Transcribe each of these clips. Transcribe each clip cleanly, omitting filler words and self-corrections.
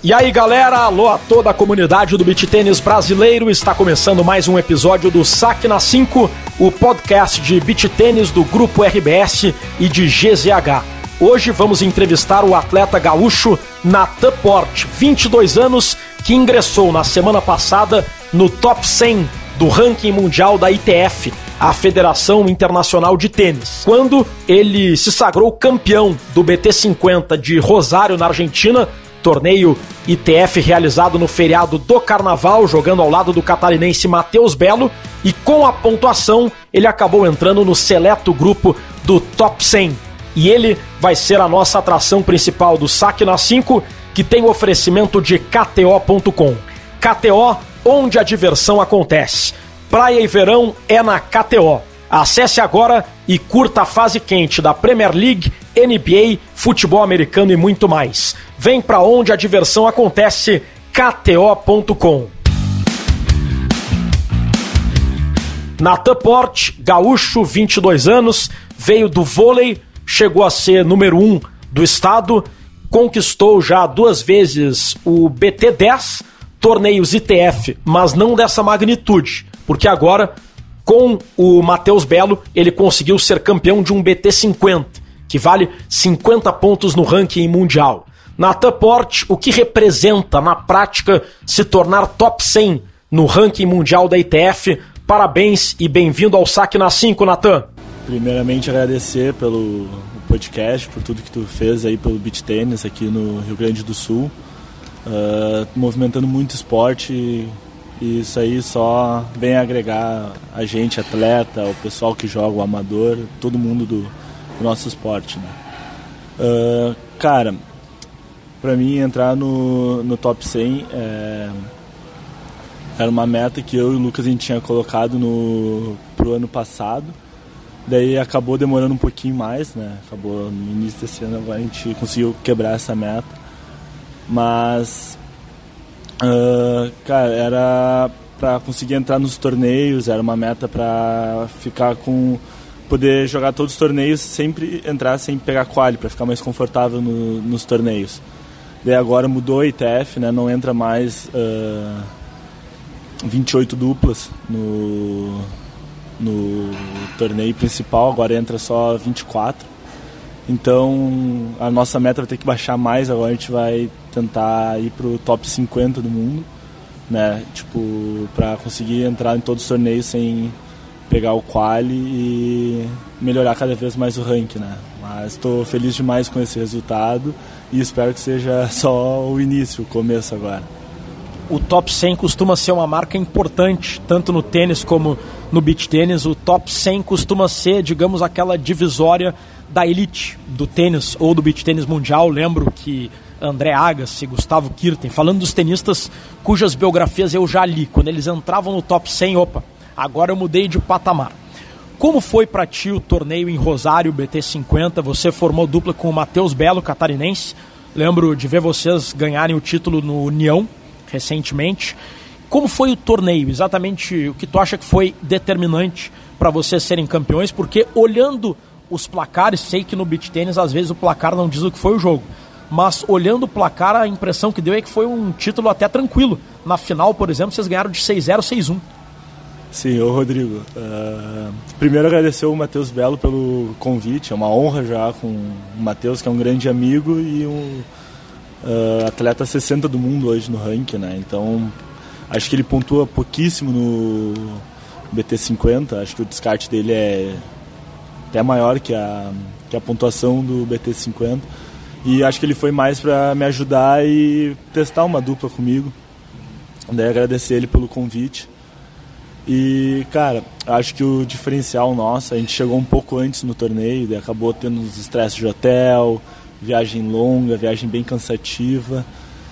E aí galera, alô a toda a comunidade do beach tênis brasileiro, está começando mais um episódio do Saque na 5, o podcast de beach tênis do Grupo RBS e de GZH. Hoje vamos entrevistar o atleta gaúcho Natan Porte, 22 anos, que ingressou na semana passada no top 100 do ranking mundial da ITF, a Federação Internacional de Tênis, quando ele se sagrou campeão do BT50 de Rosário, na Argentina, torneio ITF realizado no feriado do Carnaval, jogando ao lado do catarinense Matheus Belo, e com a pontuação ele acabou entrando no seleto grupo do top 100. E ele vai ser a nossa atração principal do Saque na 5, que tem o oferecimento de KTO.com. KTO, onde a diversão acontece. Praia e verão é na KTO. Acesse agora e curta a fase quente da Premier League, NBA, futebol americano e muito mais. Vem pra onde a diversão acontece, KTO.com. Natan Porte, gaúcho, 22 anos, veio do vôlei, chegou a ser número 1 do estado, conquistou já 2 vezes o BT10, torneios ITF, mas não dessa magnitude, porque agora, com o Matheus Belo, ele conseguiu ser campeão de um BT50, que vale 50 pontos no ranking mundial. Natan Porte, o que representa na prática se tornar top 100 no ranking mundial da ITF? Parabéns e bem-vindo ao Saque na 5, Natan. Primeiramente agradecer pelo podcast, por tudo que tu fez aí pelo beach tênis aqui no Rio Grande do Sul, movimentando muito esporte e isso aí só vem agregar a gente, atleta, o pessoal que joga, o amador, todo mundo do nosso esporte, né? Cara, pra mim entrar no top 100 era uma meta que eu e o Lucas a gente tinha colocado pro ano passado. Daí acabou demorando um pouquinho mais, né? Acabou no início desse ano, agora a gente conseguiu quebrar essa meta. Mas, cara, era pra conseguir entrar nos torneios, era uma meta pra ficar poder jogar todos os torneios, sempre entrar sem pegar quali, pra ficar mais confortável nos torneios. Daí agora mudou a ITF, né? Não entra mais 28 duplas no torneio principal, agora entra só 24. Então a nossa meta vai ter que baixar mais, agora a gente vai tentar ir pro top 50 do mundo, né? Tipo, pra conseguir entrar em todos os torneios sem pegar o quali e melhorar cada vez mais o ranking, né? Mas estou feliz demais com esse resultado e espero que seja só o início, o começo agora. O top 100 costuma ser uma marca importante, tanto no tênis como no beach tênis. O top 100 costuma ser, digamos, aquela divisória da elite do tênis ou do beach tênis mundial. Lembro que André Agassi, Gustavo Kirten, falando dos tenistas cujas biografias eu já li, quando eles entravam no top 100, opa, agora eu mudei de patamar. Como foi para ti o torneio em Rosário, BT50? Você formou dupla com o Matheus Belo, catarinense. Lembro de ver vocês ganharem o título no União recentemente. Como foi o torneio? Exatamente o que tu acha que foi determinante para vocês serem campeões? Porque olhando os placares, sei que no beach tênis às vezes o placar não diz o que foi o jogo, mas olhando o placar a impressão que deu é que foi um título até tranquilo. Na final, por exemplo, vocês ganharam de 6-0, 6-1. Sim, ô Rodrigo, primeiro agradecer o Matheus Belo pelo convite, é uma honra jogar com o Matheus, que é um grande amigo e um atleta 60 do mundo hoje no ranking, né? Então acho que ele pontua pouquíssimo no BT50, acho que o descarte dele é até maior que a pontuação do BT50 e acho que ele foi mais para me ajudar e testar uma dupla comigo. Daí agradecer ele pelo convite. E, cara, acho que o diferencial nosso, a gente chegou um pouco antes no torneio, daí acabou tendo os estresses de hotel, viagem longa, viagem bem cansativa.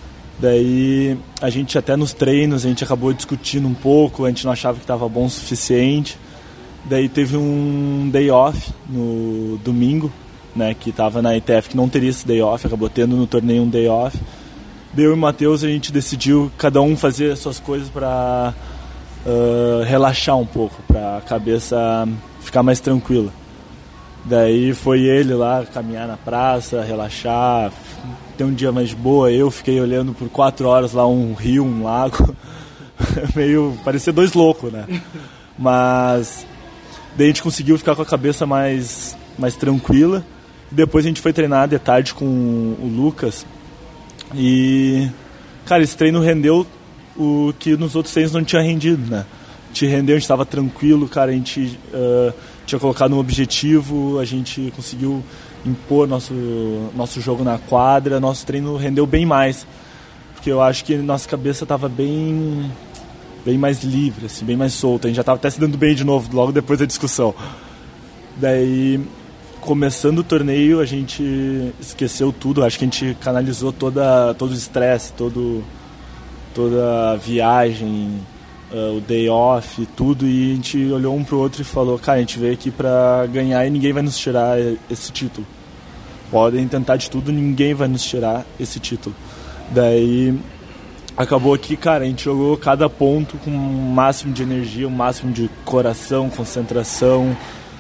Daí a gente até nos treinos, a gente acabou discutindo um pouco, a gente não achava que estava bom o suficiente. Daí teve um day off no domingo, né, que estava na ITF, que não teria esse day off, acabou tendo no torneio um day off. Daí eu e o Matheus, a gente decidiu cada um fazer as suas coisas para relaxar um pouco, para a cabeça ficar mais tranquila. Daí foi ele lá caminhar na praça, relaxar, ter um dia mais de boa. Eu fiquei olhando por 4 horas lá um rio, um lago, meio, parecia 2 loucos, né? Mas daí a gente conseguiu ficar com a cabeça mais tranquila. Depois a gente foi treinar de tarde com o Lucas e, cara, esse treino rendeu o que nos outros treinos não tinha rendido, né? Te rendeu, a gente estava tranquilo, cara, a gente tinha colocado um objetivo, a gente conseguiu impor nosso jogo na quadra, nosso treino rendeu bem mais, porque eu acho que nossa cabeça estava bem mais livre, assim, bem mais solta, a gente já estava até se dando bem de novo, logo depois da discussão. Daí, começando o torneio, a gente esqueceu tudo, acho que a gente canalizou todo o estresse, toda a viagem, o day off, tudo, e a gente olhou um pro outro e falou, cara, a gente veio aqui pra ganhar e ninguém vai nos tirar esse título. Podem tentar de tudo, ninguém vai nos tirar esse título. Daí, acabou que, cara, a gente jogou cada ponto com o máximo de energia, o máximo de coração, concentração,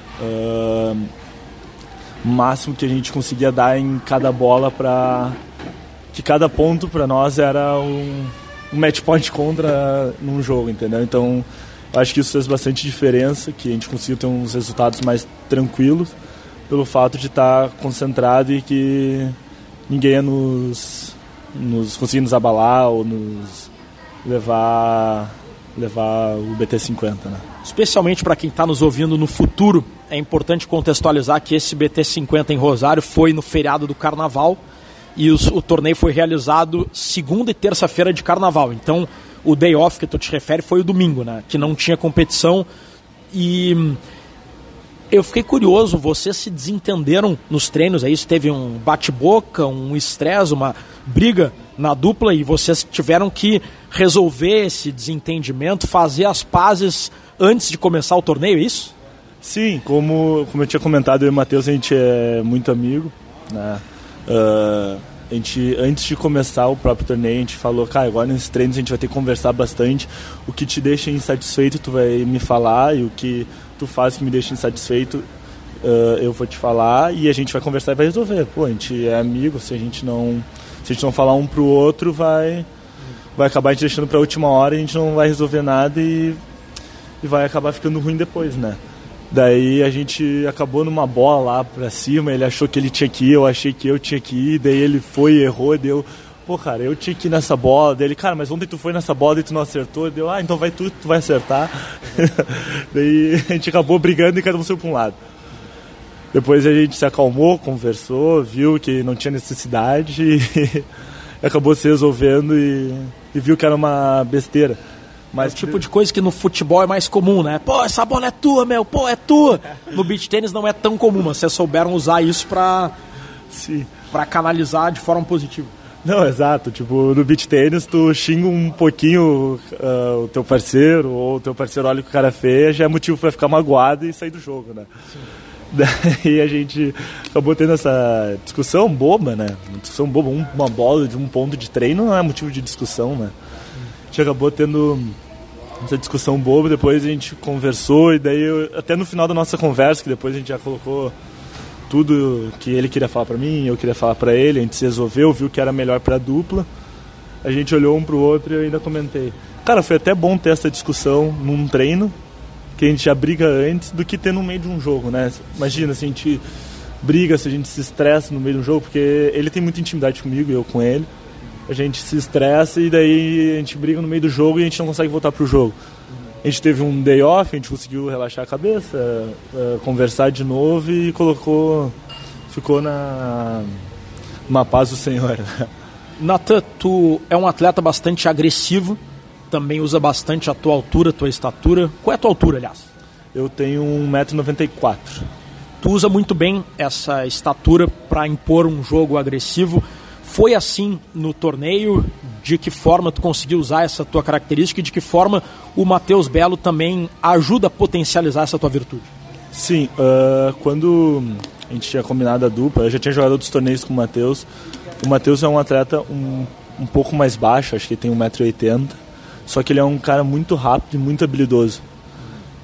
o máximo que a gente conseguia dar em cada bola que cada ponto pra nós era um match point contra num jogo, entendeu? Então, acho que isso fez bastante diferença, que a gente conseguiu ter uns resultados mais tranquilos pelo fato de estar concentrado e que ninguém ia nos conseguir nos abalar ou nos levar o BT50, né? Especialmente para quem está nos ouvindo no futuro, é importante contextualizar que esse BT50 em Rosário foi no feriado do Carnaval, e o torneio foi realizado segunda e terça-feira de Carnaval. Então, o day off que tu te refere foi o domingo, né? Que não tinha competição. E eu fiquei curioso, vocês se desentenderam nos treinos, aí teve um bate-boca, um estresse, uma briga na dupla, e vocês tiveram que resolver esse desentendimento, fazer as pazes antes de começar o torneio, é isso? Sim, como eu tinha comentado, eu e o Matheus, a gente é muito amigo, né? A gente, antes de começar o próprio torneio, a gente falou, cara, agora nesses treinos a gente vai ter que conversar bastante. O que te deixa insatisfeito, tu vai me falar, e o que tu faz que me deixa insatisfeito, eu vou te falar, e a gente vai conversar e vai resolver. Pô, a gente é amigo, se a gente não falar um pro outro, vai acabar a gente deixando pra última hora, e a gente não vai resolver nada e vai acabar ficando ruim depois, né? Daí a gente acabou numa bola lá pra cima, ele achou que ele tinha que ir, eu achei que eu tinha que ir, daí ele foi e errou, deu, pô, cara, eu tinha que ir nessa bola, daí ele, cara, mas ontem tu foi nessa bola e tu não acertou, deu, então vai tu vai acertar. Daí a gente acabou brigando e cada um saiu pra um lado. Depois a gente se acalmou, conversou, viu que não tinha necessidade e acabou se resolvendo e viu que era uma besteira. Mas é o tipo de coisa que no futebol é mais comum, né? Pô, essa bola é tua, meu, pô, é tua. No beach tênis não é tão comum, mas vocês souberam usar isso pra canalizar de forma positiva. Não, exato. Tipo, no beach tênis tu xinga um pouquinho o teu parceiro, ou o teu parceiro olha que o cara fez, já é motivo pra ficar magoado e sair do jogo, né? Sim. Daí a gente acabou tendo essa discussão boba, né? Uma discussão boba, uma bola de um ponto de treino não é motivo de discussão, né? A gente acabou tendo essa discussão boba, depois a gente conversou, e daí até no final da nossa conversa, que depois a gente já colocou tudo que ele queria falar pra mim, eu queria falar pra ele, a gente se resolveu, viu que era melhor pra dupla, a gente olhou um pro outro e eu ainda comentei, cara, foi até bom ter essa discussão num treino, que a gente já briga antes, do que ter no meio de um jogo, né? Imagina, se a gente briga, se a gente se estressa no meio de um jogo, porque ele tem muita intimidade comigo e eu com ele, a gente se estressa e daí a gente briga no meio do jogo e a gente não consegue voltar pro jogo. A gente teve um day off, a gente conseguiu relaxar a cabeça, conversar de novo e ficou numa paz do Senhor. Nathan, tu é um atleta bastante agressivo, também usa bastante a tua altura, tua estatura. Qual é a tua altura, aliás? Eu tenho 1,94 m. Tu usa muito bem essa estatura para impor um jogo agressivo. Foi assim no torneio? De que forma tu conseguiu usar essa tua característica e de que forma o Matheus Belo também ajuda a potencializar essa tua virtude? Sim, quando a gente tinha combinado a dupla, eu já tinha jogado outros torneios com o Matheus. O Matheus é um atleta um pouco mais baixo, acho que ele tem 1,80 m, só que ele é um cara muito rápido e muito habilidoso.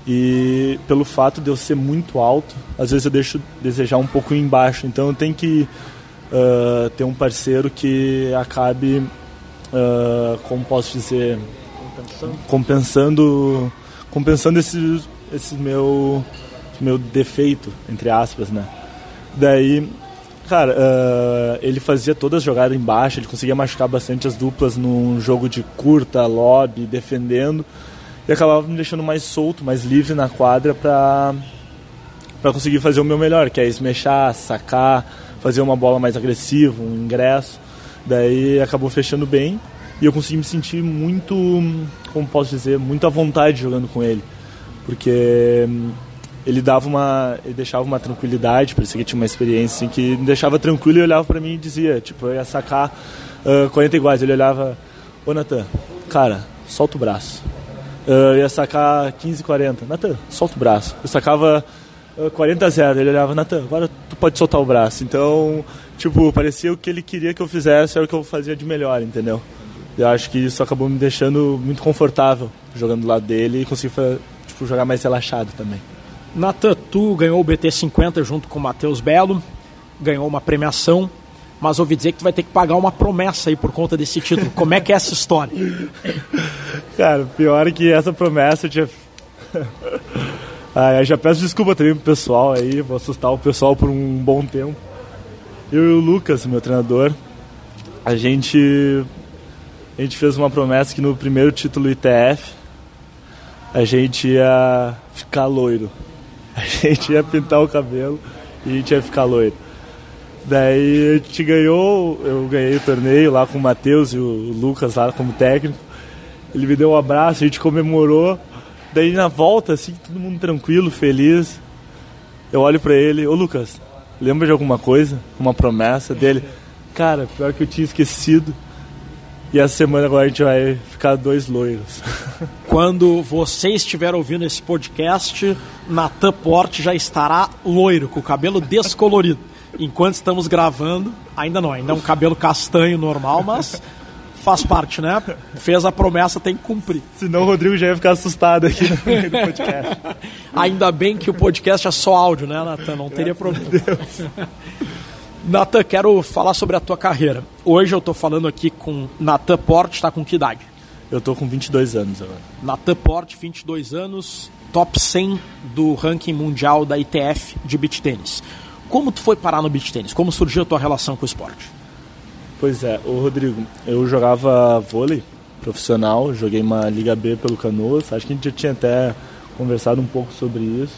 E pelo fato de eu ser muito alto, às vezes eu deixo desejar um pouco embaixo. Então eu tenho que ter um parceiro que acabe, como posso dizer, compensando esse meu defeito, entre aspas, né? Daí, cara, ele fazia todas as jogadas embaixo, ele conseguia machucar bastante as duplas num jogo de curta, lobby, defendendo, e acabava me deixando mais solto, mais livre na quadra pra conseguir fazer o meu melhor, que é smashar, sacar, fazer uma bola mais agressiva, um ingresso. Daí acabou fechando bem e eu consegui me sentir muito, como posso dizer, muito à vontade jogando com ele, porque ele deixava uma tranquilidade, parecia que tinha uma experiência assim, que me deixava tranquilo, e olhava pra mim e dizia, tipo, eu ia sacar 40 iguais, ele olhava, ô Natan, cara, solta o braço. Eu ia sacar 15-40, Natan, solta o braço. Eu sacava 40-0, ele olhava, Natan, agora tu pode soltar o braço. Então, tipo, parecia o que ele queria que eu fizesse, era o que eu fazia de melhor, entendeu? Eu acho que isso acabou me deixando muito confortável jogando do lado dele e consegui jogar mais relaxado também. Natan, tu ganhou o BT50 junto com o Matheus Belo, ganhou uma premiação, mas ouvi dizer que tu vai ter que pagar uma promessa aí por conta desse título. Como é que é essa história? Cara, pior é que essa promessa eu tinha... eu já peço desculpa também pro pessoal aí, vou assustar o pessoal por um bom tempo. Eu e o Lucas, meu treinador, a gente fez uma promessa que no primeiro título ITF a gente ia ficar loiro. A gente ia pintar o cabelo e a gente ia ficar loiro. Daí a gente eu ganhei o torneio lá com o Matheus e o Lucas lá como técnico. Ele me deu um abraço, a gente comemorou. Daí na volta, assim, todo mundo tranquilo, feliz. Eu olho pra ele, ô Lucas, lembra de alguma coisa? Uma promessa dele? Cara, pior que eu tinha esquecido. E essa semana agora a gente vai ficar 2 loiros. Quando você estiver ouvindo esse podcast, Natan Porte já estará loiro, com o cabelo descolorido. Enquanto estamos gravando, ainda não, ainda é um cabelo castanho normal, mas faz parte, né? Fez a promessa, tem que cumprir. Senão o Rodrigo já ia ficar assustado aqui no meio do podcast. Ainda bem que o podcast é só áudio, né, Natan? Não teria problema. Natan, quero falar sobre a tua carreira. Hoje eu tô falando aqui com Natan Porte, tá com que idade? Eu tô com 22 anos agora. Natan Porte, 22 anos, top 100 do ranking mundial da ITF de beach tênis. Como tu foi parar no beach tênis? Como surgiu a tua relação com o esporte? Pois é, ô Rodrigo, eu jogava vôlei profissional, joguei uma Liga B pelo Canoas, acho que a gente já tinha até conversado um pouco sobre isso.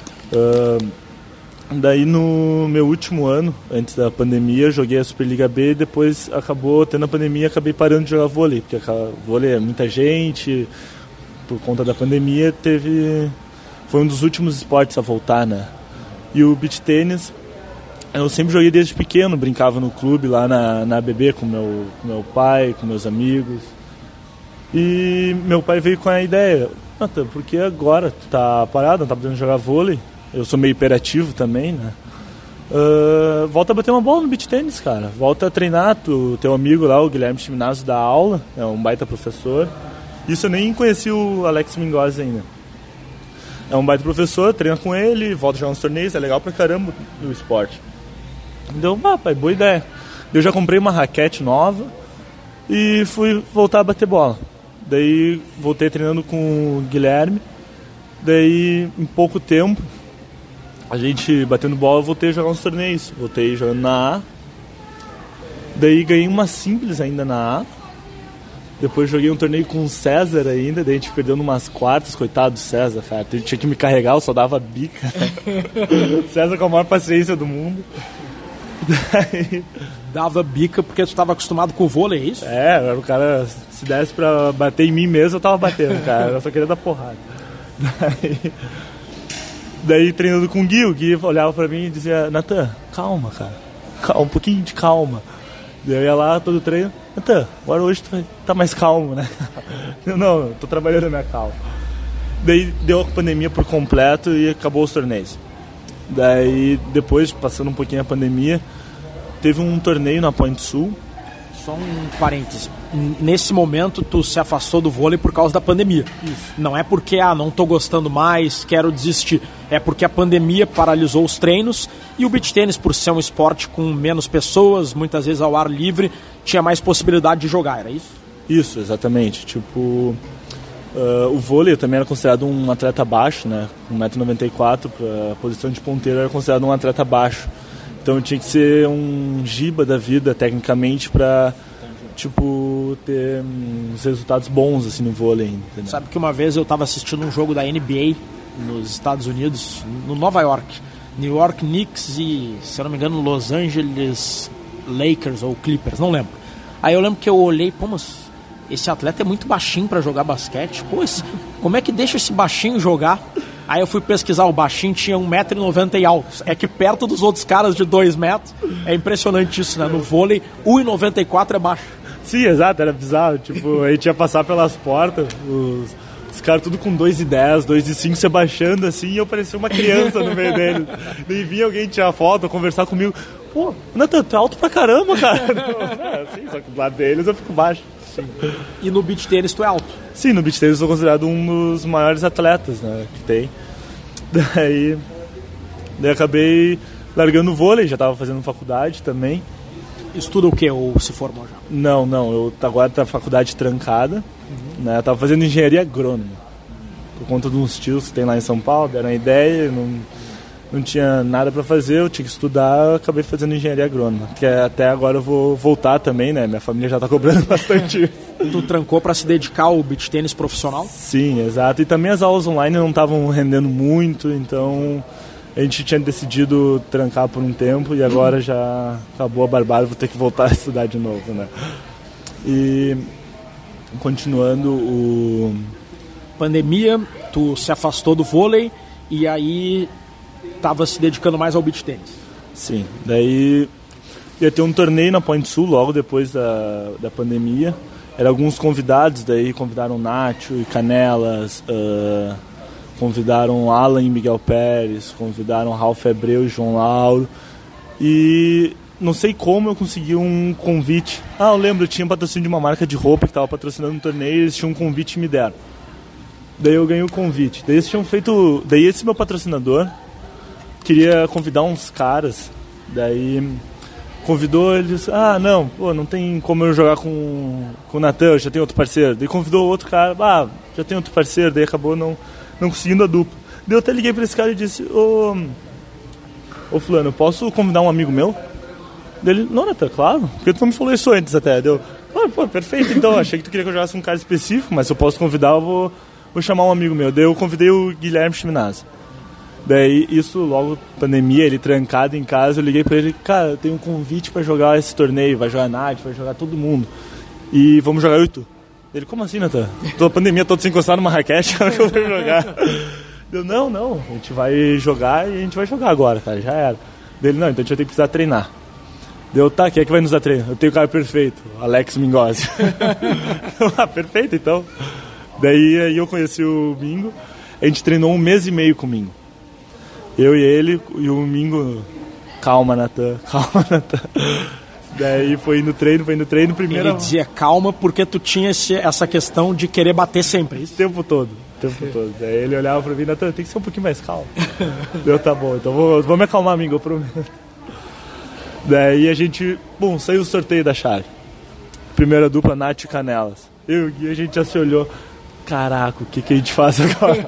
Daí no meu último ano, antes da pandemia, joguei a Superliga B e depois acabou tendo a pandemia e acabei parando de jogar vôlei, porque vôlei é muita gente, por conta da pandemia foi um dos últimos esportes a voltar, né? E o beach tênis, eu sempre joguei desde pequeno, brincava no clube lá na ABB com meu pai, com meus amigos. E meu pai veio com a ideia, Natan, por que agora tu tá parado, não tá podendo jogar vôlei? Eu sou meio hiperativo também, né? Volta a bater uma bola no beach tênis, cara. Volta a treinar, teu amigo lá, o Guilherme Chiminazzo, dá aula, é um baita professor. Isso eu nem conheci o Alex Mingozzi ainda. É um baita professor, treina com ele, volta a jogar uns torneios, é legal pra caramba o esporte. Então, pai, boa ideia. Eu já comprei uma raquete nova e fui voltar a bater bola. Daí voltei treinando com o Guilherme. Daí, em pouco tempo, a gente batendo bola, eu voltei a jogar uns torneios. Voltei jogando na A. Daí ganhei uma simples ainda na A. Depois joguei um torneio com o César ainda, daí a gente perdeu numas quartas, coitado do César, cara. Tinha que me carregar, eu só dava bica. César com a maior paciência do mundo. Daí... Dava bica porque tu estava acostumado com o vôlei, é isso? O cara, se desse pra bater em mim mesmo, eu tava batendo, cara. Eu só queria dar porrada. Daí treinando com o Gui olhava pra mim e dizia, Natan, calma, cara. Um pouquinho de calma. Daí eu ia lá todo treino, Natan, agora hoje tu vai tá mais calmo, né? Não, tô trabalhando a minha calma. Daí deu a pandemia por completo e acabou os torneios. Daí depois, passando um pouquinho a pandemia, teve um torneio na Point Sul, Só um parêntese. Nesse momento, tu se afastou do vôlei por causa da pandemia. Isso. Não é porque, não tô gostando mais, quero desistir. É porque a pandemia paralisou os treinos e o beach tênis, por ser um esporte com menos pessoas, muitas vezes ao ar livre, tinha mais possibilidade de jogar, era isso? Isso, exatamente. Tipo, o vôlei eu também era considerado um atleta baixo, né? 1,94m, para a posição de ponteiro era considerado um atleta baixo. Então tinha que ser um giba da vida, tecnicamente, para tipo, ter uns resultados bons assim, no vôlei. Entendeu? Sabe que uma vez eu estava assistindo um jogo da NBA nos Estados Unidos, no Nova York. New York Knicks e, se eu não me engano, Los Angeles Lakers ou Clippers, não lembro. Aí eu lembro que eu olhei, mas esse atleta é muito baixinho para jogar basquete. Como é que deixa esse baixinho jogar? Aí eu fui pesquisar, o baixinho tinha 1,90 m e alto. É que perto dos outros caras de 2 metros, é impressionante isso, né? No vôlei, 1,94 m é baixo. Sim, exato, era bizarro. Tipo, a gente ia passar pelas portas, os caras tudo com 2,10, 2,5 se abaixando assim, e eu parecia uma criança no meio deles. Nem vinha alguém tirar foto, conversar comigo. Pô, Nathan, tu é alto pra caramba, cara. Assim, só que do lado deles eu fico baixo. Sim. E no beach tênis tu é alto? Sim, no beach tênis eu sou considerado um dos maiores atletas, né, que tem. Daí acabei largando o vôlei, já estava fazendo faculdade também. Estuda o quê? Ou se formou já? Não, eu agora tá a faculdade trancada, né, eu estava fazendo engenharia agrônoma. Por conta de uns tios que tem lá em São Paulo, deram a ideia, não tinha nada para fazer, eu tinha que estudar, eu acabei fazendo engenharia agrônoma, que até agora eu vou voltar também, né, minha família já está cobrando bastante. Tu trancou para se dedicar ao beach tênis profissional? Sim, exato, e também as aulas online não estavam rendendo muito, então a gente tinha decidido trancar por um tempo e agora já acabou a barbada, vou ter que voltar a estudar de novo, né. E continuando Pandemia, tu se afastou do vôlei e aí estava se dedicando mais ao beach tênis. Sim, daí ia ter um torneio na Point Sul logo depois da pandemia. Eram alguns convidados, daí convidaram Nacho e Canelas, convidaram Alan e Miguel Pérez, convidaram Ralf Abreu e João Lauro. E não sei como eu consegui um convite. Eu lembro, eu tinha um patrocínio de uma marca de roupa que estava patrocinando um torneio e eles tinham um convite e me deram. Daí eu ganhei o convite. Daí eles tinham feito. Daí esse meu patrocinador queria convidar uns caras, daí convidou eles, não tem como eu jogar com o Nathan, eu já tenho outro parceiro. Daí convidou outro cara, já tem outro parceiro, daí acabou não conseguindo a dupla. Daí eu até liguei pra esse cara e disse, ô fulano, eu posso convidar um amigo meu? Daí ele, não, Nathan, claro, porque tu não me falou isso antes até. Deu, perfeito, então, achei que tu queria que eu jogasse um cara específico, mas se eu posso convidar, eu vou chamar um amigo meu. Daí eu convidei o Guilherme Chiminazzi. Daí, isso logo, pandemia, ele trancado em casa, eu liguei pra ele, cara, eu tenho um convite pra jogar esse torneio, vai jogar a Nath, vai jogar todo mundo, e vamos jogar eu e tu. Ele, como assim, Nathan? Toda a pandemia, todos sem encostar numa raquete, como é que eu vou jogar? Eu, não, a gente vai jogar e a gente vai jogar agora, cara, já era. Dele, não, então a gente vai ter que precisar treinar. Deu, tá, quem é que vai nos dar treino? Eu tenho o cara perfeito, Alex Mingozzi. Perfeito, então. Daí aí eu conheci o Mingo, a gente treinou 1 mês e meio com o Mingo. Eu e ele, e o Mingo, calma, Nathan. Daí foi indo treino, primeiro... Ele dizia calma porque tu tinha essa questão de querer bater sempre, isso? O tempo todo. Daí ele olhava pra mim, Nathan, tem que ser um pouquinho mais calmo. Deu, tá bom, então vou me acalmar, amigo, eu prometo. Daí a gente, saiu o sorteio da chave. Primeira dupla, Nath e Canelas. Eu e o Gui, a gente já se olhou, caraca, o que a gente faz agora?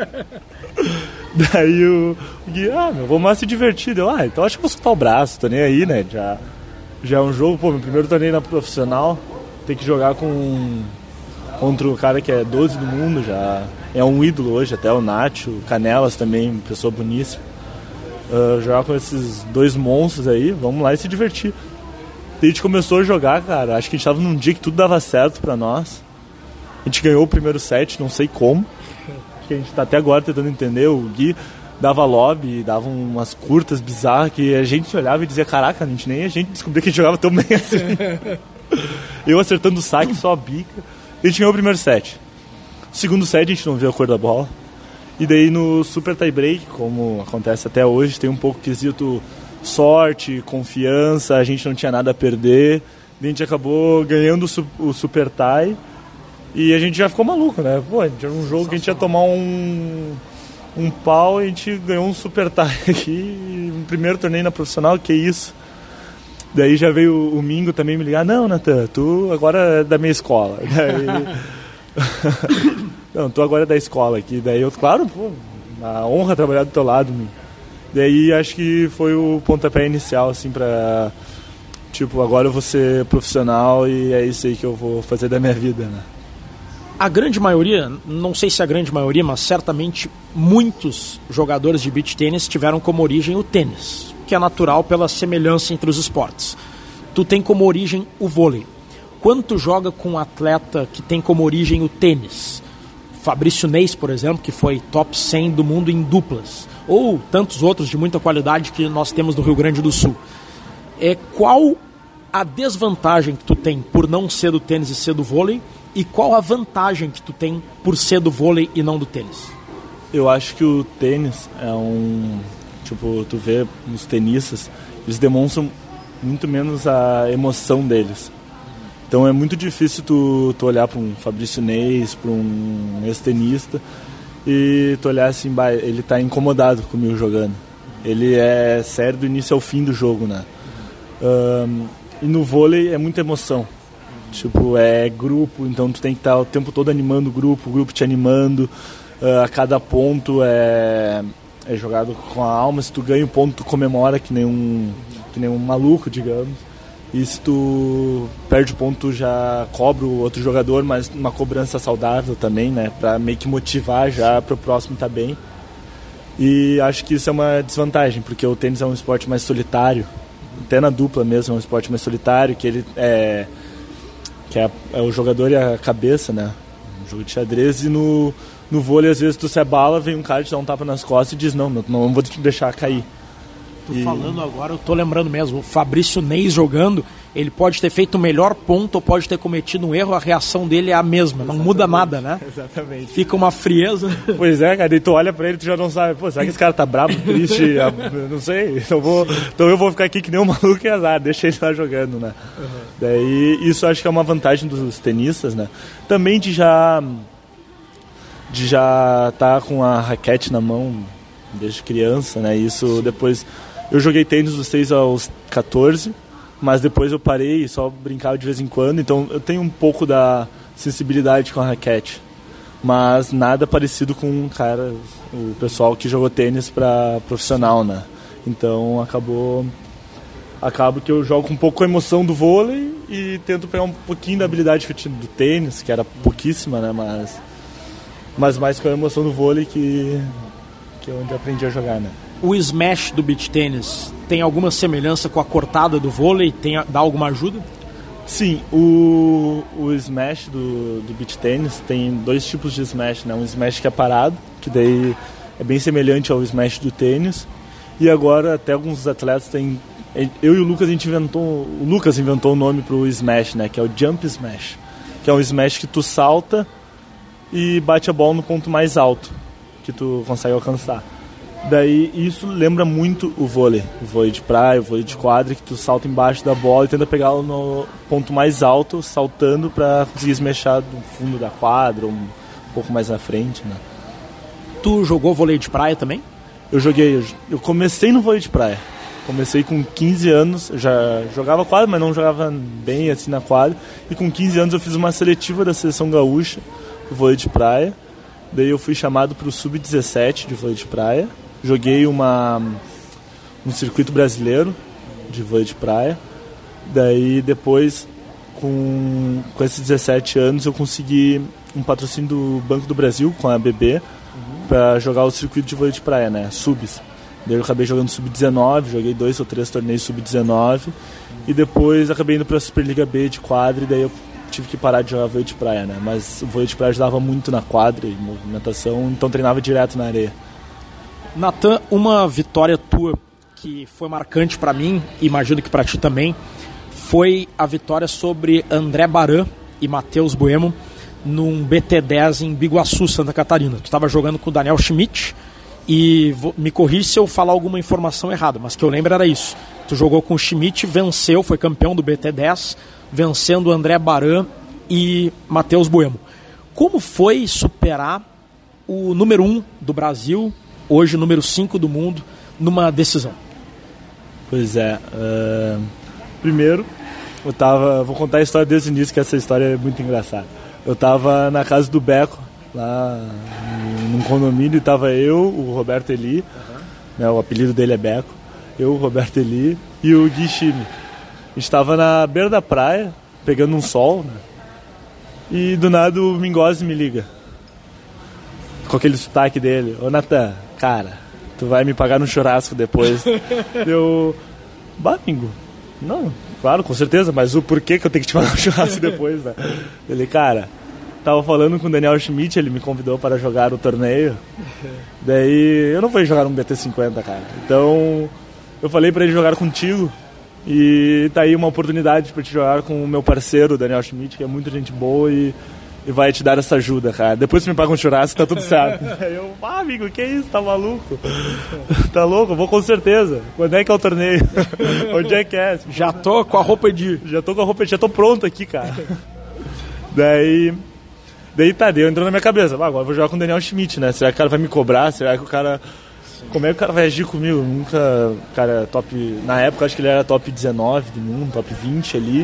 Daí o Gui, vamos lá se divertir. Eu, então acho que vou soltar o braço, tô nem aí, né? Já é um jogo, meu primeiro torneio na profissional, tem que jogar contra o cara que é 12 do mundo, já é um ídolo hoje, até o Nacho, o Canelas também, pessoa boníssima. Jogar com esses 2 monstros aí, vamos lá e se divertir. Daí a gente começou a jogar, cara, acho que a gente tava num dia que tudo dava certo pra nós. A gente ganhou o primeiro set, não sei como. Que a gente tá até agora tentando entender. O Gui dava lobby, dava umas curtas bizarras que a gente olhava e dizia, caraca, a gente descobriu que a gente jogava tão bem assim. Eu acertando o saque, só a bica. E a gente ganhou o primeiro set. O segundo set a gente não viu a cor da bola. E daí no super tie break, como acontece até hoje, tem um pouco quesito sorte, confiança, a gente não tinha nada a perder. A gente acabou ganhando o Super Tie e a gente já ficou maluco, né? Pô, era um jogo que a gente ia tomar um pau e a gente ganhou um Super Tie aqui, um primeiro torneio na profissional, que isso? Daí já veio o Mingo também me ligar, não, Natan, tu agora é da minha escola. Daí... não, tu agora é da escola aqui. Daí eu, claro, pô, uma honra trabalhar do teu lado. Daí acho que foi o pontapé inicial, assim, pra... Tipo, agora eu vou ser profissional e é isso aí que eu vou fazer da minha vida, né? A grande maioria, não sei se a grande maioria, mas certamente muitos jogadores de beach tênis tiveram como origem o tênis, que é natural pela semelhança entre os esportes. Tu tem como origem o vôlei. Quando tu joga com um atleta que tem como origem o tênis, Fabrício Neis, por exemplo, que foi top 100 do mundo em duplas, ou tantos outros de muita qualidade que nós temos no Rio Grande do Sul, qual a desvantagem que tu tem por não ser do tênis e ser do vôlei, e qual a vantagem que tu tem por ser do vôlei e não do tênis? Eu acho que o tênis é tipo, tu vê os tenistas, eles demonstram muito menos a emoção deles. Então é muito difícil tu olhar para um Fabrício Neis, para um ex-tenista, e tu olhar assim, ele tá incomodado comigo jogando. Ele é sério do início ao fim do jogo, né? E no vôlei é muita emoção. Tipo, é grupo, então tu tem que estar o tempo todo animando o grupo te animando. A cada ponto é jogado com a alma. Se tu ganha um ponto, tu comemora que nem um maluco, digamos. E se tu perde o ponto, tu já cobra o outro jogador, mas uma cobrança saudável também, né? Pra meio que motivar já pro próximo tá bem. E acho que isso é uma desvantagem, porque o tênis é um esporte mais solitário. Até na dupla mesmo, é um esporte mais solitário, que ele é o jogador e a cabeça, né? Um jogo de xadrez. E no vôlei, às vezes, tu se abala, vem um cara te dá um tapa nas costas e diz, não vou te deixar cair. Falando agora, eu tô lembrando mesmo, o Fabrício Neis jogando, ele pode ter feito o melhor ponto ou pode ter cometido um erro, a reação dele é a mesma, não muda nada, né? Exatamente. Fica uma frieza. Pois é, cara, e tu olha pra ele e tu já não sabe, pô, será que esse cara tá bravo, triste? Não sei, então eu vou ficar aqui que nem um maluco e azar, deixa ele lá jogando, né? Uhum. Daí, isso acho que é uma vantagem dos tenistas, né? Também de já tá com a raquete na mão desde criança, né? Isso depois... Eu joguei tênis dos 6 aos 14, mas depois eu parei e só brincava de vez em quando, então eu tenho um pouco da sensibilidade com a raquete, mas nada parecido com o pessoal que jogou tênis para profissional, né? Então acabo que eu jogo com um pouco a emoção do vôlei e tento pegar um pouquinho da habilidade que eu tinha do tênis, que era pouquíssima, né? Mas mais com a emoção do vôlei que é onde eu aprendi a jogar, né? O smash do beach tênis tem alguma semelhança com a cortada do vôlei? Dá alguma ajuda? Sim, o smash do beach tênis tem dois tipos de smash, né? Um smash que é parado, que daí é bem semelhante ao smash do tênis. E agora até alguns atletas têm... Eu e o Lucas, o Lucas inventou o nome pro smash, né? Que é o jump smash. Que é um smash que tu salta e bate a bola no ponto mais alto que tu consegue alcançar. Daí isso lembra muito o vôlei de praia, o vôlei de quadra, que tu salta embaixo da bola e tenta pegá-lo no ponto mais alto, saltando para conseguir esmechar do fundo da quadra, um pouco mais na frente, né? Tu jogou vôlei de praia também? Eu comecei no vôlei de praia. Comecei com 15 anos, já jogava quadra, mas não jogava bem assim na quadra. E com 15 anos eu fiz uma seletiva da seleção gaúcha do vôlei de praia. Daí eu fui chamado para o sub-17 de vôlei de praia. Joguei um circuito brasileiro de vôlei de praia. Daí depois, com esses 17 anos, eu consegui um patrocínio do Banco do Brasil, com a ABB, para jogar o circuito de vôlei de praia, né? Subs. Daí eu acabei jogando sub-19, joguei 2 ou 3 torneios sub-19. E depois acabei indo para a Superliga B de quadra, e daí eu tive que parar de jogar vôlei de praia, né? Mas o vôlei de praia ajudava muito na quadra e movimentação, então treinava direto na areia. Natan, uma vitória tua que foi marcante para mim, imagino que para ti também, foi a vitória sobre André Baran e Matheus Bueno num BT10 em Biguaçu, Santa Catarina. Tu estava jogando com o Daniel Schmidt e me corrija se eu falar alguma informação errada, mas que eu lembro era isso. Tu jogou com o Schmidt, venceu, foi campeão do BT10, vencendo o André Baran e Matheus Bueno. Como foi superar o número 1 do Brasil, hoje número 5 do mundo, numa decisão? Pois é. Primeiro, vou contar a história desde o início, que essa história é muito engraçada. Eu estava na casa do Beco, lá num condomínio, e estava eu, o Roberto Eli, né, o apelido dele é Beco, eu, o Roberto Eli e o Gui Schimi. A gente estava na beira da praia, pegando um sol, né, e do nada o Mingozzi me liga, com aquele sotaque dele: ô Natan, cara, tu vai me pagar no churrasco depois. Eu, Mingo, não, claro, com certeza, mas o porquê que eu tenho que te pagar no churrasco depois, né? Ele, cara, tava falando com o Daniel Schmidt, ele me convidou para jogar o torneio, daí eu não fui jogar um BT50, cara, então eu falei para ele jogar contigo, e tá aí uma oportunidade para te jogar com o meu parceiro, o Daniel Schmidt, que é muita gente boa e vai te dar essa ajuda, cara. Depois você me paga um churrasco, tá tudo certo. Aí eu, amigo, que isso? Tá maluco? Tá louco? Eu vou com certeza. Quando é que é o torneio? Onde é que é? Já tô com a roupa de... Já tô pronto aqui, cara. Daí entrou na minha cabeça. Agora eu vou jogar com o Daniel Schmidt, né? Será que o cara vai me cobrar? Será que o cara... Como é que o cara vai agir comigo? Nunca... Cara, top... Na época, acho que ele era top 19 do mundo, top 20 ali.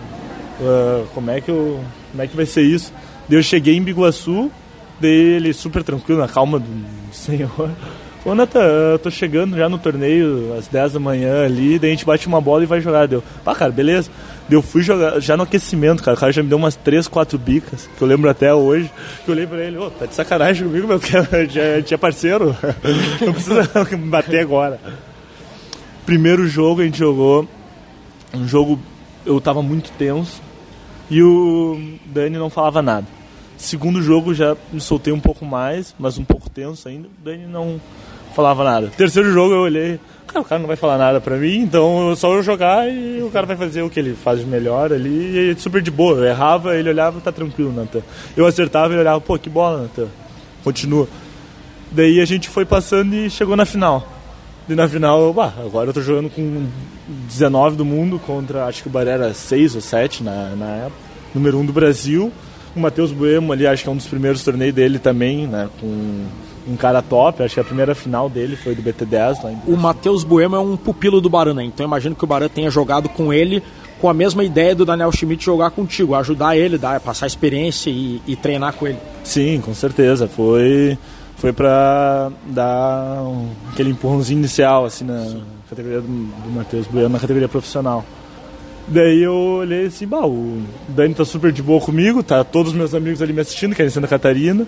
Como é que vai ser isso? Daí eu cheguei em Biguaçu, daí ele super tranquilo, na calma do senhor. Ô Natan, eu tô chegando já no torneio às 10 da manhã ali, daí a gente bate uma bola e vai jogar. Deu, cara, beleza. Daí eu fui jogar já no aquecimento, cara. O cara já me deu umas 3, 4 bicas, que eu lembro até hoje. Que eu olhei pra ele: tá de sacanagem comigo, meu, que a gente é parceiro. Não precisa me bater agora. Primeiro jogo a gente jogou, um jogo, eu tava muito tenso e o Dani não falava nada. Segundo jogo já me soltei um pouco mais, mas um pouco tenso ainda. O Dani não falava nada. Terceiro jogo eu olhei: o cara não vai falar nada pra mim, então só eu jogar e o cara vai fazer o que ele faz de melhor ali. E super de boa. Eu errava, ele olhava: tá tranquilo, Natan. Eu acertava, ele olhava: pô, que bola, Natan. Continua. Daí a gente foi passando e chegou na final. E na final, agora eu tô jogando com 19 do mundo contra, acho que o Baré era 6 ou 7 na época, número 1 do Brasil. O Matheus Bueno ali, acho que é um dos primeiros torneios dele também, né, com um cara top. Acho que a primeira final dele foi do BT10 lá em... O Matheus Bueno é um pupilo do Baran, né? Então eu imagino que o Baran tenha jogado com ele com a mesma ideia do Daniel Schmidt jogar contigo, ajudar ele, passar experiência e treinar com ele. Sim, com certeza, foi pra dar aquele empurrãozinho inicial, assim, na categoria do Matheus Bueno, na categoria profissional. Daí eu olhei assim: o Dani tá super de boa comigo, tá todos os meus amigos ali me assistindo, que é em Santa Catarina.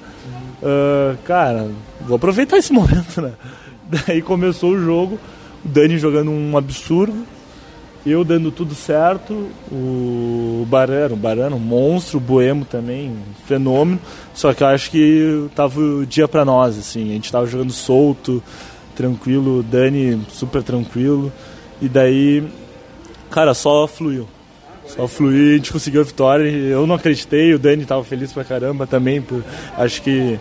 Cara, vou aproveitar esse momento, né? Daí começou o jogo, o Dani jogando um absurdo, eu dando tudo certo, o Barano, um monstro, o Boemo também, um fenômeno. Só que eu acho que tava o dia pra nós, assim, a gente tava jogando solto, tranquilo, o Dani super tranquilo, e daí, cara, só fluiu, a gente conseguiu a vitória. Eu não acreditei, o Dani tava feliz pra caramba também, acho que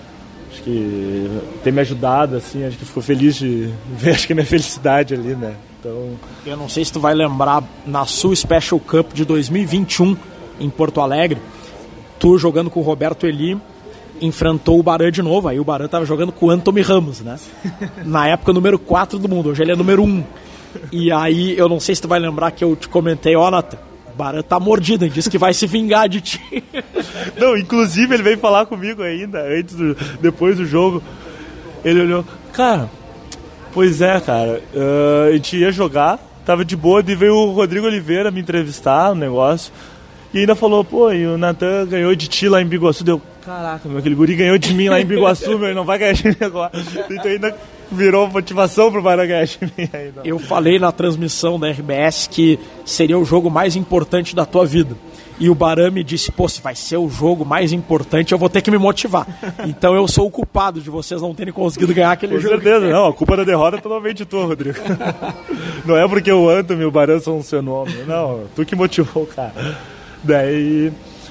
ter me ajudado, assim, acho que ficou feliz de ver, acho que a minha felicidade ali, né? Então... Eu não sei se tu vai lembrar, na Sul Special Cup de 2021, em Porto Alegre, tu jogando com o Roberto Eli, enfrentou o Baran de novo, aí o Baran tava jogando com o Anthony Ramos, né? Na época número 4 do mundo, hoje ele é número 1. E aí, eu não sei se tu vai lembrar que eu te comentei: Natan, o Baran tá mordido, ele disse que vai se vingar de ti. Não, inclusive ele veio falar comigo ainda, depois do jogo. Ele olhou: cara, pois é, cara, a gente ia jogar, tava de boa, e veio o Rodrigo Oliveira me entrevistar no negócio, e ainda falou: e o Natan ganhou de ti lá em Biguaçu. Deu: caraca, meu, aquele guri ganhou de mim lá em Biguaçu, meu, ele não vai ganhar de mim agora. Então ainda virou motivação pro Baran ganhar de mim ainda. Eu falei na transmissão da RBS que seria o jogo mais importante da tua vida. E o Baran me disse: se vai ser o jogo mais importante, eu vou ter que me motivar. Então eu sou o culpado de vocês não terem conseguido ganhar aquele jogo. Com certeza, não, a culpa da derrota é totalmente tua, Rodrigo. Não é porque o Anthony e o Baran são o seu nome, não, tu que motivou o cara. Daí,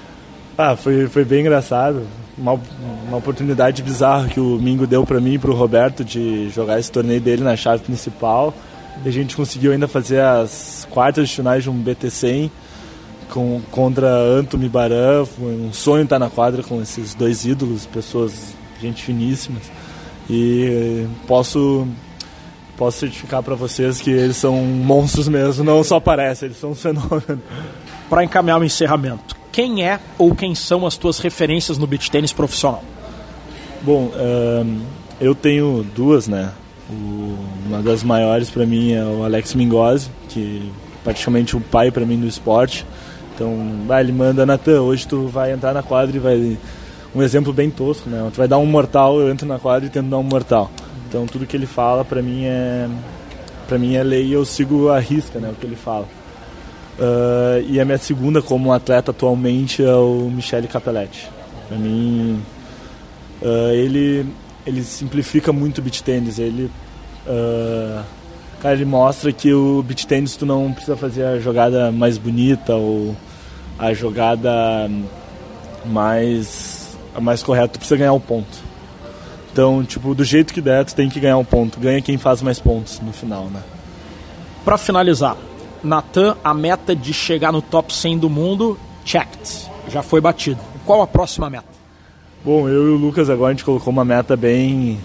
foi bem engraçado, uma oportunidade bizarra que o Mingo deu pra mim e pro Roberto de jogar esse torneio dele na chave principal. a gente conseguiu ainda fazer as quartas de finais de um BT100 contra Anto Mibaran. Foi um sonho estar na quadra com esses dois ídolos, pessoas, gente finíssimas. E posso certificar para vocês que eles são monstros mesmo, não só parecem, eles são um fenômeno. Para encaminhar o encerramento, quem é ou quem são as tuas referências no beach tênis profissional? Bom, eu tenho duas, né? Uma das maiores para mim é o Alex Mingozzi, que é praticamente um pai para mim no esporte. Então, ele manda: Natan, hoje tu vai entrar na quadra e vai... Um exemplo bem tosco, né? Tu vai dar um mortal, eu entro na quadra e tento dar um mortal. Então, tudo que ele fala para mim é lei e eu sigo a risca, né? O que ele fala. E a minha segunda como atleta atualmente é o Michele Capelletti. Para mim, ele simplifica muito o beach tênis. Ele mostra que o beach tênis tu não precisa fazer a jogada mais bonita ou a jogada mais correta, tu precisa ganhar o ponto. Então, do jeito que der, tu tem que ganhar um ponto. Ganha quem faz mais pontos no final, né? Para finalizar, Natan, a meta de chegar no top 100 do mundo, checked, já foi batido. Qual a próxima meta? Bom, eu e o Lucas agora a gente colocou uma meta bem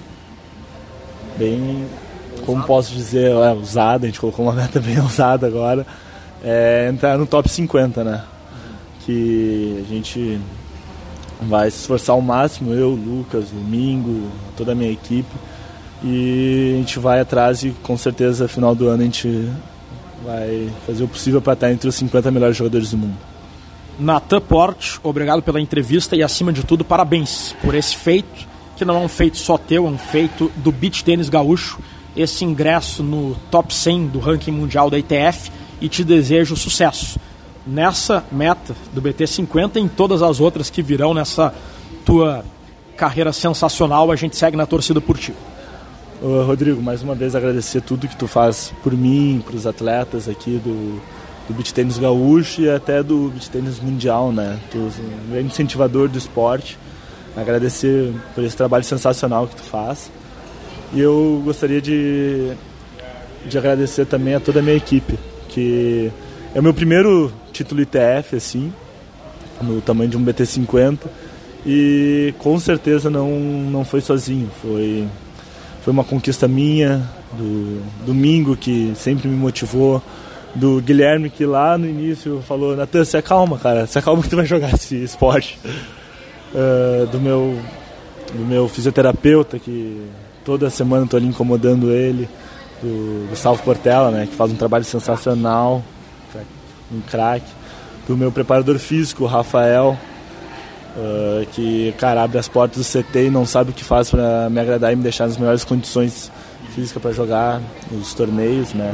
como posso dizer, ousada. A gente colocou uma meta bem ousada agora, entrar no top 50, né? Que a gente vai se esforçar ao máximo, eu, o Lucas, o Mingo, toda a minha equipe, e a gente vai atrás e com certeza no final do ano a gente vai fazer o possível para estar entre os 50 melhores jogadores do mundo. Natan Porte, obrigado pela entrevista e, acima de tudo, parabéns por esse feito, que não é um feito só teu, é um feito do beach tênis gaúcho, esse ingresso no top 100 do ranking mundial da ITF, e te desejo sucesso nessa meta do BT50 e em todas as outras que virão nessa tua carreira sensacional. A gente segue na torcida por ti. Rodrigo, mais uma vez agradecer tudo que tu faz por mim, para os atletas aqui do beach tênis gaúcho e até do beach tênis mundial, né? Tu é um grande incentivador do esporte. Agradecer por esse trabalho sensacional que tu faz. E eu gostaria de agradecer também a toda a minha equipe, que é o meu primeiro título ITF, assim, no tamanho de um BT50, e com certeza não foi sozinho, foi uma conquista minha, do Domingo, que sempre me motivou, do Guilherme, que lá no início falou: Natan, se acalma, cara, se acalma que tu vai jogar esse esporte, do meu fisioterapeuta, que toda semana eu tô ali incomodando ele, do Gustavo Portela, né, que faz um trabalho sensacional, um craque, do meu preparador físico, o Rafael, que, cara, abre as portas do CT e não sabe o que faz para me agradar e me deixar nas melhores condições físicas para jogar nos torneios, né?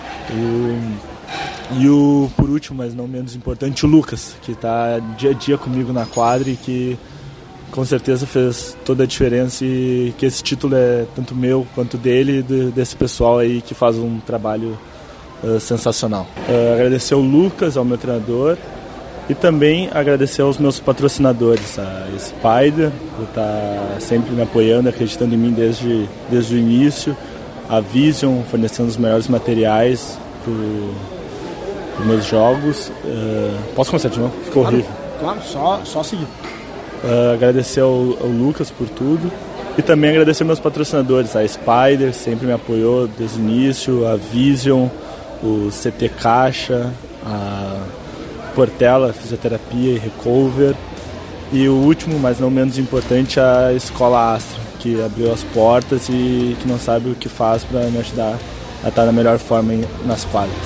E por último, mas não menos importante, o Lucas, que está dia a dia comigo na quadra e que com certeza fez toda a diferença, e que esse título é tanto meu quanto dele e desse pessoal aí que faz um trabalho sensacional. Agradecer ao Lucas, ao meu treinador, e também agradecer aos meus patrocinadores, a Spider, por estar sempre me apoiando, acreditando em mim desde o início, a Vision, fornecendo os melhores materiais para os meus jogos. Posso começar de novo? Ficou horrível. Claro, só seguir. Agradecer ao Lucas por tudo, e também agradecer meus patrocinadores, a Spider, sempre me apoiou desde o início, a Vision, o CT Caixa, a Portela, Fisioterapia e Recover, e o último, mas não menos importante, a Escola Astra, que abriu as portas e que não sabe o que faz para me ajudar a estar na melhor forma nas quadras.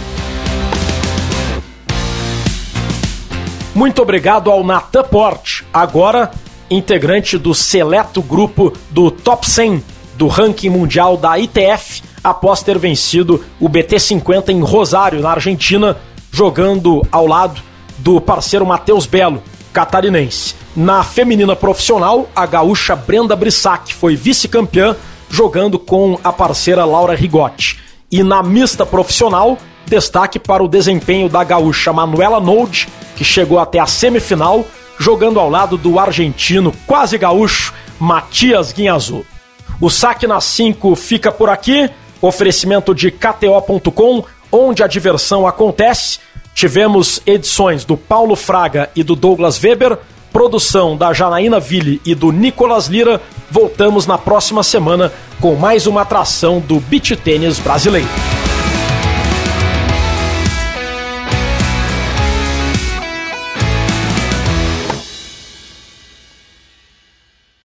Muito obrigado ao Natan Porte, agora integrante do seleto grupo do Top 100 do ranking mundial da ITF, após ter vencido o BT50 em Rosário, na Argentina, jogando ao lado do parceiro Matheus Belo, catarinense. Na feminina profissional, a gaúcha Brenda Brissac foi vice-campeã, jogando com a parceira Laura Rigotti. E na mista profissional, destaque para o desempenho da gaúcha Manuela Nolde, que chegou até a semifinal, jogando ao lado do argentino quase gaúcho Matias Guinhazú. O Saque na 5 fica por aqui. Oferecimento de KTO.com, onde a diversão acontece. Tivemos edições do Paulo Fraga e do Douglas Weber, produção da Janaína Ville e do Nicolas Lira. Voltamos na próxima semana com mais uma atração do beach tênis brasileiro.